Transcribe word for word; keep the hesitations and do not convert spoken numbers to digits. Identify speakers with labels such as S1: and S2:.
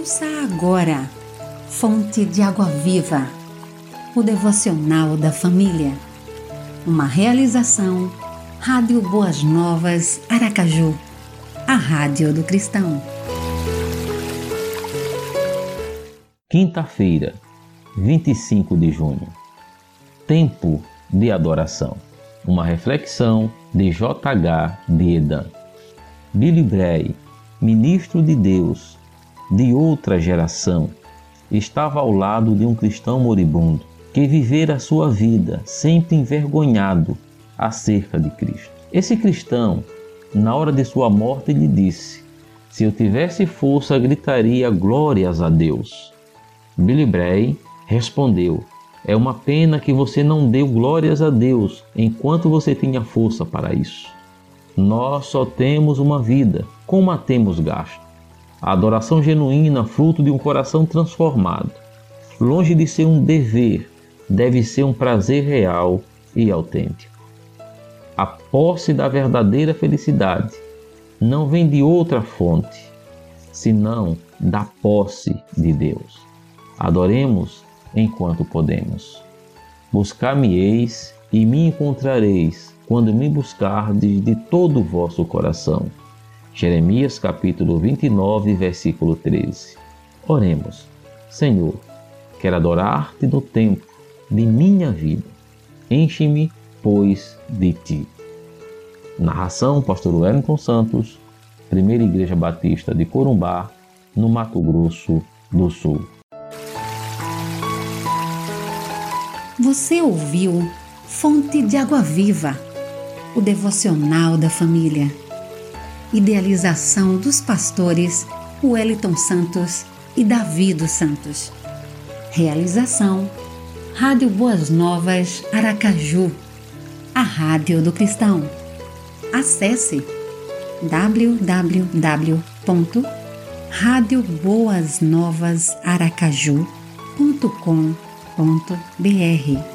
S1: Ouça agora, Fonte de Água Viva, o devocional da família. Uma realização, Rádio Boas Novas, Aracaju, a rádio do cristão.
S2: Quinta-feira, vinte e cinco de junho. Tempo de adoração. Uma reflexão de J H de Edan. Billy Bray, ministro de Deus de outra geração, estava ao lado de um cristão moribundo que vivera a sua vida sempre envergonhado acerca de Cristo. Esse cristão, na hora de sua morte, lhe disse: se eu tivesse força, gritaria glórias a Deus. Billy Bray respondeu: é uma pena que você não deu glórias a Deus enquanto você tinha força para isso. Nós só temos uma vida, como a temos gasto. A adoração genuína, fruto de um coração transformado, longe de ser um dever, deve ser um prazer real e autêntico. A posse da verdadeira felicidade não vem de outra fonte, senão da posse de Deus. Adoremos enquanto podemos. Buscar-me-eis e me encontrareis quando me buscardes de todo o vosso coração. Jeremias capítulo vinte e nove, versículo treze. Oremos. Senhor, quero adorar-te no tempo de minha vida. Enche-me, pois, de ti. Narração: Pastor Wellington Santos, Primeira Igreja Batista de Corumbá, no Mato Grosso do Sul.
S1: Você ouviu Fonte de Água Viva, o devocional da família. Idealização dos pastores Wellington Santos e Davi dos Santos. Realização: Rádio Boas Novas, Aracaju, a rádio do cristão. Acesse w w w ponto rádio boas novas aracaju ponto com ponto b r.